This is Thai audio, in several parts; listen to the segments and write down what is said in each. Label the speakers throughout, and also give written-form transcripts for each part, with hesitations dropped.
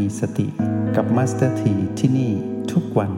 Speaker 1: มีสติกับมาสเตอร์ทีที่นี่ทุกวัน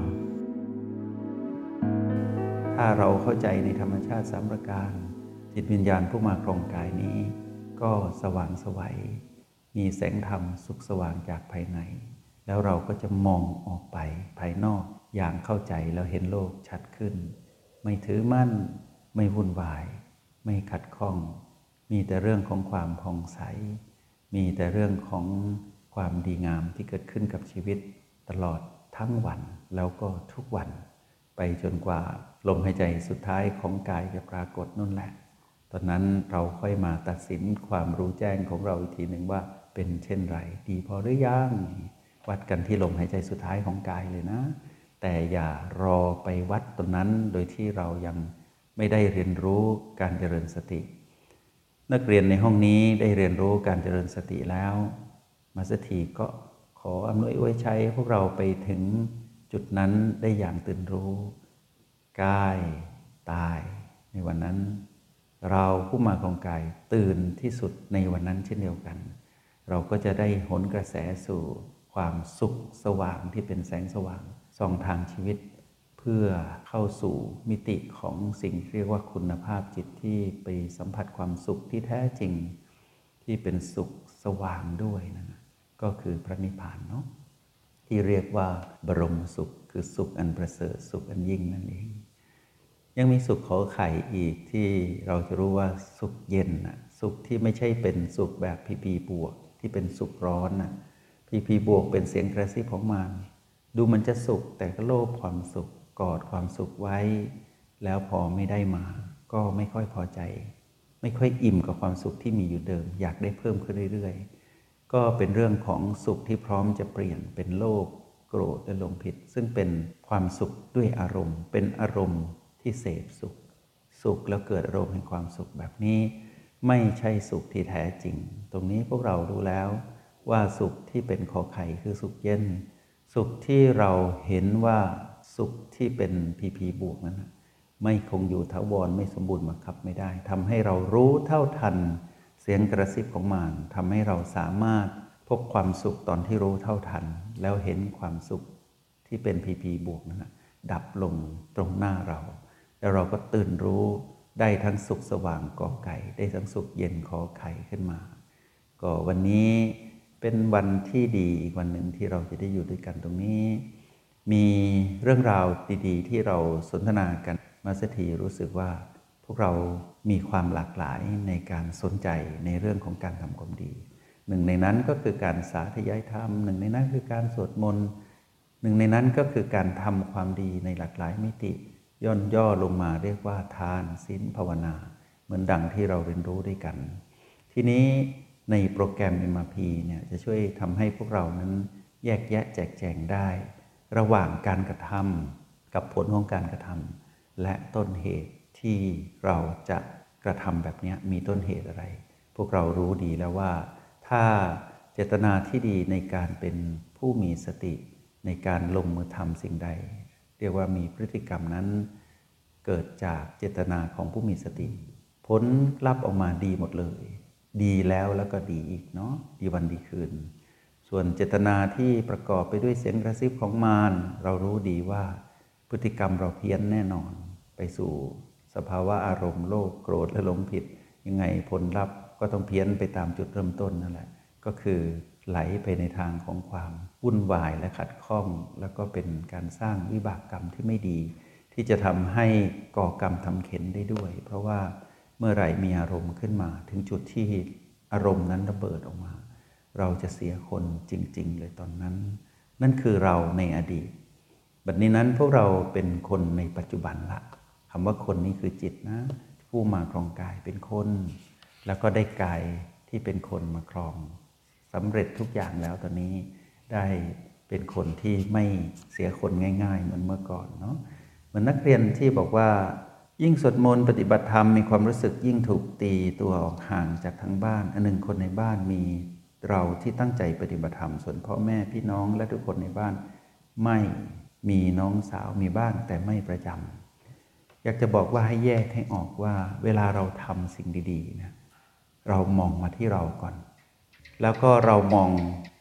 Speaker 1: ถ้าเราเข้าใจในธรรมชาติ3ประการจิตวิญญาณผู้มาครองกายนี้ก็สว่างไสวมีแสงธรรมสุขสว่างจากภายในแล้วเราก็จะมองออกไปภายนอกอย่างเข้าใจแล้วเห็นโลกชัดขึ้นไม่ถือมั่นไม่วุ่นวายไม่ขัดข้องมีแต่เรื่องของความผ่องใสมีแต่เรื่องของความดีงามที่เกิดขึ้นกับชีวิตตลอดทั้งวันแล้วก็ทุกวันไปจนกว่าลมหายใจสุดท้ายของกายจะปรากฏนั่นแหละตอนนั้นเราค่อยมาตัดสินความรู้แจ้งของเราอีกทีหนึ่งว่าเป็นเช่นไรดีพอหรือยังวัดกันที่ลมหายใจสุดท้ายของกายเลยนะแต่อย่ารอไปวัดตรงนั้นโดยที่เรายังไม่ได้เรียนรู้การเจริญสตินักเรียนในห้องนี้ได้เรียนรู้การเจริญสติแล้วมาสถีก็ขออำนวยอวยชัยพวกเราไปถึงจุดนั้นได้อย่างตื่นรู้กายตายในวันนั้นเราผู้มาครองกายตื่นที่สุดในวันนั้นเช่นเดียวกันเราก็จะได้หนกระแสสู่ความสุขสว่างที่เป็นแสงสว่างส่องทางชีวิตเพื่อเข้าสู่มิติของสิ่งเรียกว่าคุณภาพจิตที่ไปสัมผัสความสุขที่แท้จริงที่เป็นสุขสว่างด้วยนะก็คือพระนิพพานเนาะที่เรียกว่าบรมสุขคือสุขอันประเสริฐสุขอันยิ่งนั่นเองยังมีสุขขอไข่อีกที่เราจะรู้ว่าสุขเย็นนะสุขที่ไม่ใช่เป็นสุขแบบพีบวกที่เป็นสุขร้อนนะพีบวกเป็นเสียงกระซิบของมันดูมันจะสุขแต่ก็โลภความสุขกอดความสุขไว้แล้วพอไม่ได้มาก็ไม่ค่อยพอใจไม่ค่อยอิ่มกับความสุขที่มีอยู่เดิมอยากได้เพิ่มขึ้นเรื่อยๆก็เป็นเรื่องของสุขที่พร้อมจะเปลี่ยนเป็นโลภโกรธและหลงผิดซึ่งเป็นความสุขด้วยอารมณ์เป็นอารมณ์ที่เสพสุขแล้วเกิดอารมณ์แห่งความสุขแบบนี้ไม่ใช่สุขที่แท้จริงตรงนี้พวกเรารู้แล้วว่าสุขที่เป็นขอไข่คือสุขเย็นสุขที่เราเห็นว่าสุขที่เป็นพีบวกนั้นไม่คงอยู่ถาวรไม่สมบูรณ์บังคับไม่ได้ทำให้เรารู้เท่าทันเสียงกระซิบของมันทำให้เราสามารถพบความสุขตอนที่รู้เท่าทันแล้วเห็นความสุขที่เป็นพีบวกนั้นดับลงตรงหน้าเราแล้วเราก็ตื่นรู้ได้ทั้งสุขสว่างกอไก่ได้ทั้งสุขเย็นขอไข่ขึ้นมาก็วันนี้เป็นวันที่ดีอีกวันหนึ่งที่เราจะได้อยู่ด้วยกันตรงนี้มีเรื่องราวดีๆที่เราสนทนากันมาสักทีรู้สึกว่าพวกเรามีความหลากหลายในการสนใจในเรื่องของการทำความดีหนึ่งในนั้นก็คือการสาธยายธรรมหนึ่งในนั้นคือการสวดมนต์หนึ่งในนั้นก็คือการทำความดีในหลากหลายมิติย่อลงมาเรียกว่าทานศีลภาวนาเหมือนดังที่เราเรียนรู้ด้วยกันทีนี้ในโปรแกรม MRP เนี่ยจะช่วยทำให้พวกเรานั้นแยกแยะแจกแจงได้ระหว่างการกระทำกับผลของการกระทำและต้นเหตุที่เราจะกระทำแบบนี้มีต้นเหตุอะไรพวกเรารู้ดีแล้วว่าถ้าเจตนาที่ดีในการเป็นผู้มีสติในการลงมือทำสิ่งใดเรียกว่ามีพฤติกรรมนั้นเกิดจากเจตนาของผู้มีสติผลลัพธ์ออกมาดีหมดเลยดีแล้วก็ดีอีกเนาะดีวันดีคืนส่วนเจตนาที่ประกอบไปด้วยเสียงกระซิบของมารเรารู้ดีว่าพฤติกรรมเราเพี้ยนแน่นอนไปสู่สภาวะอารมณ์โลภโกรธและหลงผิดยังไงผลลัพธ์ก็ต้องเพี้ยนไปตามจุดเริ่มต้นนั่นแหละก็คือไหลไปในทางของความวุ่นวายและขัดข้องแล้วก็เป็นการสร้างวิบากกรรมที่ไม่ดีที่จะทำให้ก่อกรรมทำเข็ญได้ด้วยเพราะว่าเมื่อไหร่มีอารมณ์ขึ้นมาถึงจุดที่อารมณ์นั้นระเบิดออกมาเราจะเสียคนจริงๆเลยตอนนั้นนั่นคือเราในอดีตบัดนี้นั้นพวกเราเป็นคนในปัจจุบันละคำว่าคนนี้คือจิตนะผู้มาครองกายเป็นคนแล้วก็ได้กายที่เป็นคนมาครองสำเร็จทุกอย่างแล้วตอนนี้ได้เป็นคนที่ไม่เสียคนง่ายๆเหมือนเมื่อก่อนเนาะเหมือนนักเรียนที่บอกว่ายิ่งสวดมนต์ปฏิบัติธรรมมีความรู้สึกยิ่งถูกตีตัวออกห่างจากทั้งบ้านอันหนึ่งคนในบ้านมีเราที่ตั้งใจปฏิบัติธรรมส่วนพ่อแม่พี่น้องและทุกคนในบ้านไม่มีน้องสาวมีบ้างแต่ไม่ประจำอยากจะบอกว่าให้แยกให้ออกว่าเวลาเราทำสิ่งดีๆนะเรามองมาที่เราก่อนแล้วก็เรามอง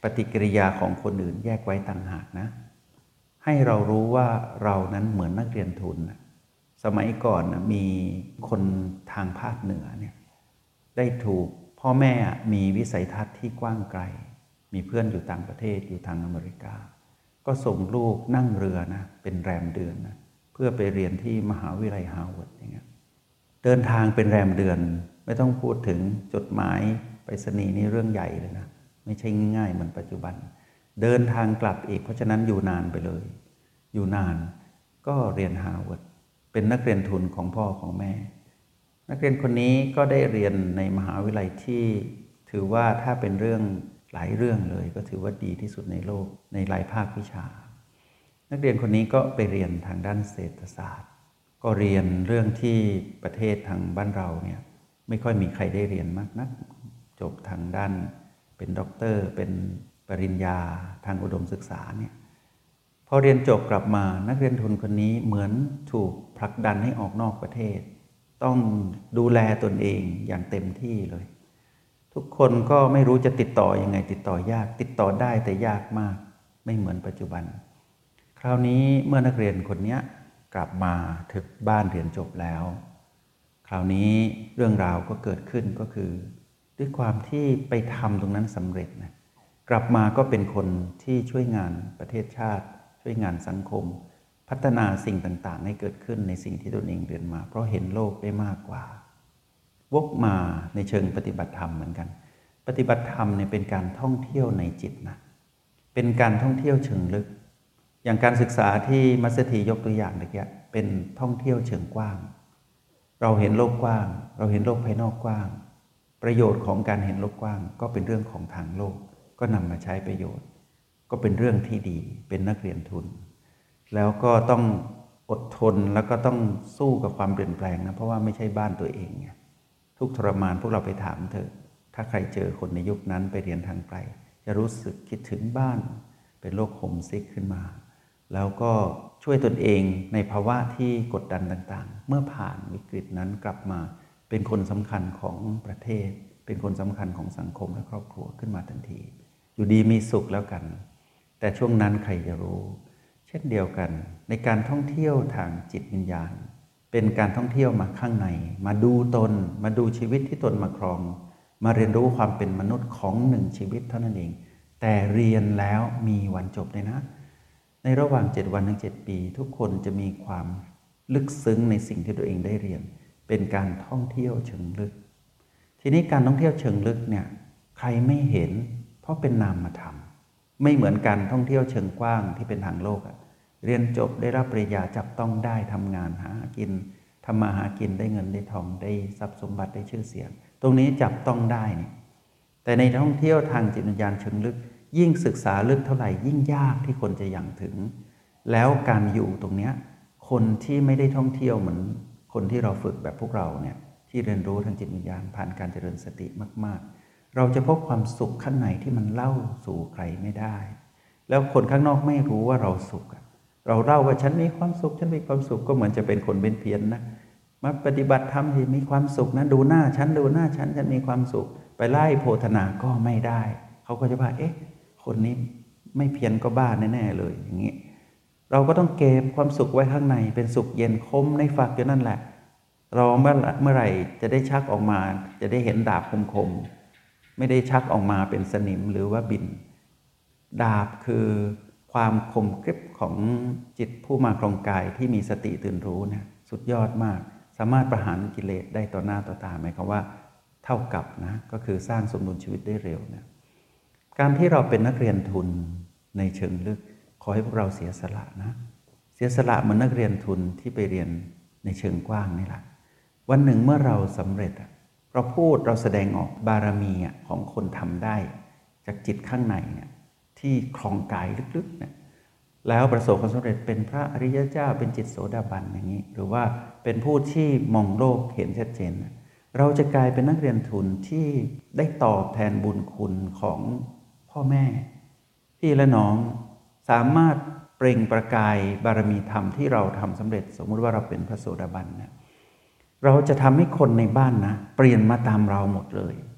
Speaker 1: ปฏิกิริยาของคนอื่นแยกไว้ต่างหากนะให้เรารู้ว่าเรานั้นเหมือนนักเรียนทุนสมัยก่อนมีคนทางภาคเหนือเนี่ยได้ถูกพ่อแม่มีวิสัยทัศน์ที่กว้างไกลมีเพื่อนอยู่ต่างประเทศอยู่ทางอเมริกาก็ส่งลูกนั่งเรือนะเป็นแรมเดือนนะเพื่อไปเรียนที่มหาวิทยาลัยฮาร์วาร์ดอย่างเงี้ยเดินทางเป็นแรมเดือนไม่ต้องพูดถึงจดหมายไปรษณีย์นี่เรื่องใหญ่เลยนะไม่ใช่ง่ายๆเหมือนปัจจุบันเดินทางกลับอีกเพราะฉะนั้นอยู่นานไปเลยอยู่นานก็เรียนฮาร์วาร์ดเป็นนักเรียนทุนของพ่อของแม่นักเรียนคนนี้ก็ได้เรียนในมหาวิทยาลัยที่ถือว่าถ้าเป็นเรื่องหลายเรื่องเลยก็ถือว่าดีที่สุดในโลกในหลายภาควิชานักเรียนคนนี้ก็ไปเรียนทางด้านเศรษฐศาสตร์ก็เรียนเรื่องที่ประเทศทางบ้านเราเนี่ยไม่ค่อยมีใครได้เรียนมากนักจบทางด้านเป็นด็อกเตอร์เป็นปริญญาทางอุดมศึกษาเนี่ยพอเรียนจบกลับมานักเรียนทุนคนนี้เหมือนถูกผลักดันให้ออกนอกประเทศต้องดูแลตนเองอย่างเต็มที่เลยทุกคนก็ไม่รู้จะติดต่อยังไงติดต่อยากติดต่อได้แต่ยากมากไม่เหมือนปัจจุบันคราวนี้เมื่อนักเรียนคนนี้กลับมาถึงบ้านเรียนจบแล้วคราวนี้เรื่องราวก็เกิดขึ้นก็คือด้วยความที่ไปทำตรงนั้นสำเร็จนะกลับมาก็เป็นคนที่ช่วยงานประเทศชาติช่วยงานสังคมพัฒนาสิ่งต่างๆให้เกิดขึ้นในสิ่งที่ตนเองเรียนมาเพราะเห็นโลกได้มากกว่าวกมาในเชิงปฏิบัติธรรมเหมือนกันปฏิบัติธรรมเนี่ยเป็นการท่องเที่ยวในจิตนะเป็นการท่องเที่ยวเชิงลึกอย่างการศึกษาที่มัสถียกตัวอย่างเมื่อกี้เป็นท่องเที่ยวเชิงกว้างเราเห็นโลกกว้างเราเห็นโลกภายนอกกว้างประโยชน์ของการเห็นโลกกว้างก็เป็นเรื่องของทางโลกก็นำมาใช้ประโยชน์ก็เป็นเรื่องที่ดีเป็นนักเรียนทุนแล้วก็ต้องอดทนแล้วก็ต้องสู้กับความเปลี่ยนแปลงนะเพราะว่าไม่ใช่บ้านตัวเองไงทุกทรมานพวกเราไปถามเถอะถ้าใครเจอคนในยุคนั้นไปเรียนทางไกลจะรู้สึกคิดถึงบ้านเป็นโรคโฮมซิกขึ้นมาแล้วก็ช่วยตนเองในภาวะที่กดดันต่างๆเมื่อผ่านวิกฤตนั้นกลับมาเป็นคนสำคัญของประเทศเป็นคนสำคัญของสังคมและครอบครัวขึ้นมาทันทีอยู่ดีมีสุขแล้วกันแต่ช่วงนั้นใครจะรู้เช่นเดียวกันในการท่องเที่ยวทางจิตวิญญาณเป็นการท่องเที่ยวมาข้างในมาดูตนมาดูชีวิตที่ตนมาครองมาเรียนรู้ความเป็นมนุษย์ของหนึ่งชีวิตเท่านั้นเองแต่เรียนแล้วมีวันจบเลยนะในระหว่าง7 วันถึง7 ปีทุกคนจะมีความลึกซึ้งในสิ่งที่ตัวเองได้เรียนเป็นการท่องเที่ยวเชิงลึกทีนี้การท่องเที่ยวเชิงลึกเนี่ยใครไม่เห็นเพราะเป็นนามธรรมไม่เหมือนการท่องเที่ยวเชิงกว้างที่เป็นทางโลกเรียนจบได้รับปริญญาจับต้องได้ทำงานหากินทำมาหากินได้เงินได้ทองได้ทรัพย์สมบัติได้ชื่อเสียงตรงนี้จับต้องได้นี่แต่ในท่องเที่ยวทางจิตวิญญาณเชิงลึกยิ่งศึกษาลึกเท่าไหร่ยิ่งยากที่คนจะยังถึงแล้วการอยู่ตรงนี้คนที่ไม่ได้ท่องเที่ยวเหมือนคนที่เราฝึกแบบพวกเราเนี่ยที่เรียนรู้ทางจิตวิญญาณผ่านการเจริญสติมากๆเราจะพบความสุขข้างในที่มันเล่าสู่ใครไม่ได้แล้วคนข้างนอกไม่รู้ว่าเราสุขเราเล่าว่าฉันมีความสุขฉันมีความสุขก็เหมือนจะเป็นคนเพี้ยนนะมาปฏิบัติธรรมที่มีความสุขนะดูหน้าฉันดูหน้าฉันมีความสุขไปไล่โพธนาก็ไม่ได้เขาก็จะว่าเอ๊ะคนนี้ไม่เพี้ยนก็บ้าแน่ๆเลยอย่างนี้เราก็ต้องเก็บความสุขไว้ข้างในเป็นสุขเย็นคมในฝักอยู่นั่นแหละรอเมื่อไหร่จะได้ชักออกมาจะได้เห็นดาบคมๆไม่ได้ชักออกมาเป็นสนิมหรือว่าบินดาบคือความคมกริบของจิตผู้มาครองกายที่มีสติตื่นรู้เนี่ยสุดยอดมากสามารถประหารกิเลสได้ต่อหน้าต่อตาหมายความว่าเท่ากับนะก็คือสร้างสมดุลชีวิตได้เร็วนะการที่เราเป็นนักเรียนทุนในเชิงลึกขอให้พวกเราเสียสละนะเสียสละเหมือนนักเรียนทุนที่ไปเรียนในเชิงกว้างนี่แหละวันหนึ่งเมื่อเราสำเร็จเราพูดเราแสดงออกบารมีของคนทำได้จากจิตข้างในเนี่ยที่ครองกายลึกๆเนี่ยแล้วประสบความสำเร็จเป็นพระอริยเจ้าเป็นจิตโสดาบันอย่างนี้หรือว่าเป็นผู้ที่มองโลกเห็นชัดเจนเราจะกลายเป็นนักเรียนทุนที่ได้ตอบแทนบุญคุณของพ่อแม่พี่และน้องสามารถเปล่งประกายบารมีธรรมที่เราทำสำเร็จสมมุติว่าเราเป็นพระโสดาบันนะเราจะทำให้คนในบ้านนะเปลี่ยนมาตามเราหมดเลย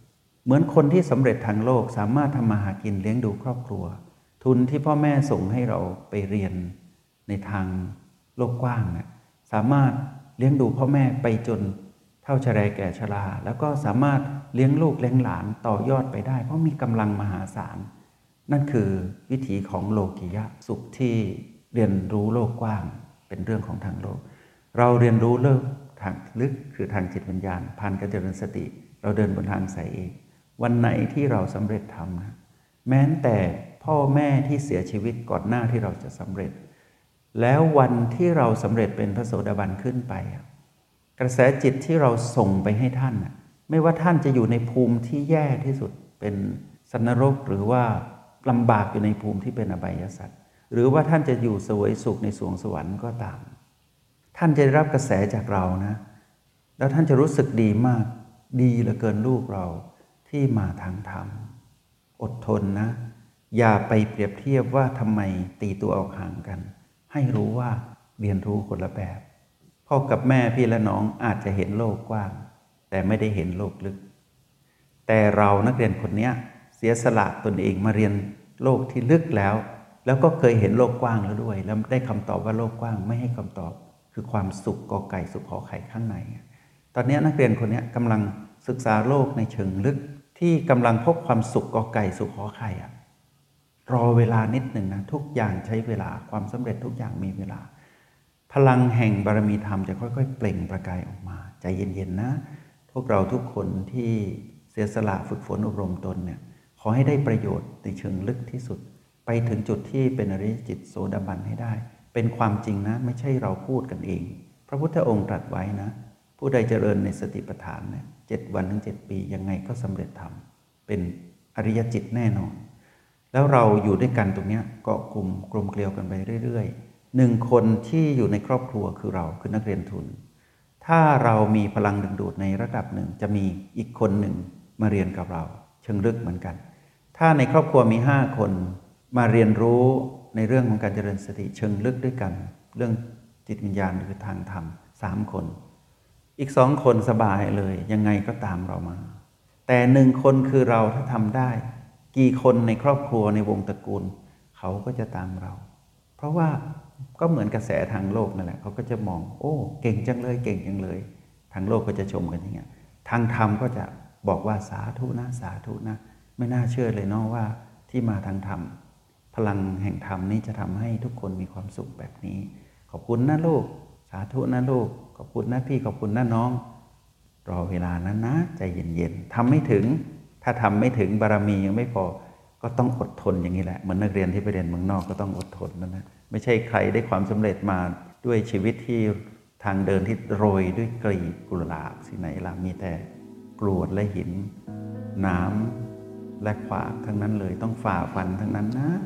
Speaker 1: เหมือนคนที่สำเร็จทางโลกสามารถทำมาหากินเลี้ยงดูครอบครัวทุนที่พ่อแม่ส่งให้เราไปเรียนในทางโลกกว้างนะสามารถเลี้ยงดูพ่อแม่ไปจนเฒ่าชราแก่ชราแล้วก็สามารถเลี้ยงลูกเลี้ยงหลานต่อยอดไปได้เพราะมีกำลังมหาศาลนั่นคือวิถีของโลกิยะสุขที่เรียนรู้โลกกว้างเป็นเรื่องของทางโลกเราเรียนรู้เลิกทางลึกคือทางจิตวิญญาณผ่านการเจริญสติเราเดินบนทางสายเองวันไหนที่เราสำเร็จทำนะแม้แต่พ่อแม่ที่เสียชีวิตก่อนหน้าที่เราจะสำเร็จแล้ววันที่เราสำเร็จเป็นพระโสดาบันขึ้นไปกระแสจิตที่เราส่งไปให้ท่านไม่ว่าท่านจะอยู่ในภูมิที่แย่ที่สุดเป็นสันนรกหรือว่าลำบากอยู่ในภูมิที่เป็นอบายสัตว์หรือว่าท่านจะอยู่เสวยสุขในสวงสวรรค์ก็ตามท่านจะได้รับกระแสจากเรานะแล้วท่านจะรู้สึกดีมากดีเหลือเกินลูกเราที่มาทางธรรมอดทนนะอย่าไปเปรียบเทียบว่าทำไมตีตัวออกห่างกันให้รู้ว่าเรียนรู้คนละแบบพ่อกับแม่พี่และน้องอาจจะเห็นโลกกว้างแต่ไม่ได้เห็นโลกลึกแต่เรานักเรียนคนนี้เสียสละตนเองมาเรียนโลกที่ลึกแล้วก็เคยเห็นโลกกว้างแล้วด้วยแล้วได้คำตอบว่าโลกกว้างไม่ให้คำตอบคือความสุขกอไก่สุขขอไข่ข้างในตอนนี้นักเรียนคนนี้กำลังศึกษาโลกในเชิงลึกที่กำลังพบความสุขกอไก่สุขขอไข่รอเวลานิดหนึ่งนะทุกอย่างใช้เวลาความสำเร็จทุกอย่างมีเวลาพลังแห่งบารมีธรรมจะค่อยๆเปล่งประกายออกมาใจเย็นๆนะพวกเราทุกคนที่เสียสละฝึกฝนอบรมตนเนี่ยขอให้ได้ประโยชน์ในเชิงลึกที่สุดไปถึงจุดที่เป็นอริยจิตโสดาบันให้ได้เป็นความจริงนะไม่ใช่เราพูดกันเองพระพุทธองค์ตรัสไว้นะผู้ใดเจริญในสติปัฏฐานเนี่ย7 วันถึง 7 ปียังไงก็สำเร็จธรรมเป็นอริยจิตแน่นอนแล้วเราอยู่ด้วยกันตรงนี้เกาะกลุ่มกลมเกลียวกันไปเรื่อยๆ1 คนที่อยู่ในครอบครัวคือเราคือนักเรียนทุนถ้าเรามีพลังดึงดูดในระดับหนึ่งจะมีอีกคนหนึ่งมาเรียนกับเราเชิงลึกเหมือนกันถ้าในครอบครัวมี5 คนมาเรียนรู้ในเรื่องของการเจริญสติเชิงลึกด้วยกันเรื่องจิตวิญญาณหรือทางธรรม3 คนอีก2 คนสบายเลยยังไงก็ตามเรามาแต่1 คนคือเราถ้าทำได้กี่คนในครอบครัวในวงตระกูลเขาก็จะตามเราเพราะว่าก็เหมือนกระแสทางโลกนั่นแหละเขาก็จะมองโอ้เก่งจังเลยเก่งจังเลยทางโลกก็จะชมกันอย่างเงี้ยทางธรรมก็จะบอกว่าสาธุนะสาธุนะไม่น่าเชื่อเลยเนาะว่าที่มาทางธรรมพลังแห่งธรรมนี้จะทำให้ทุกคนมีความสุขแบบนี้ขอบคุณนะลูกสาธุนะลูกขอบคุณนะพี่ขอบคุณนะน้องรอเวลานั้นนะใจเย็นๆทำไม่ถึงถ้าทำไม่ถึงบารมียังไม่พอก็ต้องอดทนอย่างนี้แหละเหมือนนักเรียนที่ไปเรียนเมืองนอกก็ต้องอดทนนะไม่ใช่ใครได้ความสำเร็จมาด้วยชีวิตที่ทางเดินที่โรยด้วยกลีบกุหลาบที่ไหนล่ะมีแต่กรวดและหินน้ำและขวากทั้งนั้นเลยต้องฝ่าฟันทั้งนั้นนะ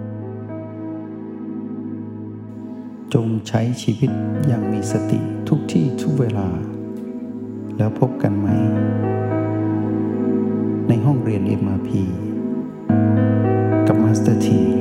Speaker 1: จงใช้ชีวิตอย่างมีสติทุกที่ทุกเวลาแล้วพบกันไหมในห้องเรียน MRP กับมาสเตอร์ที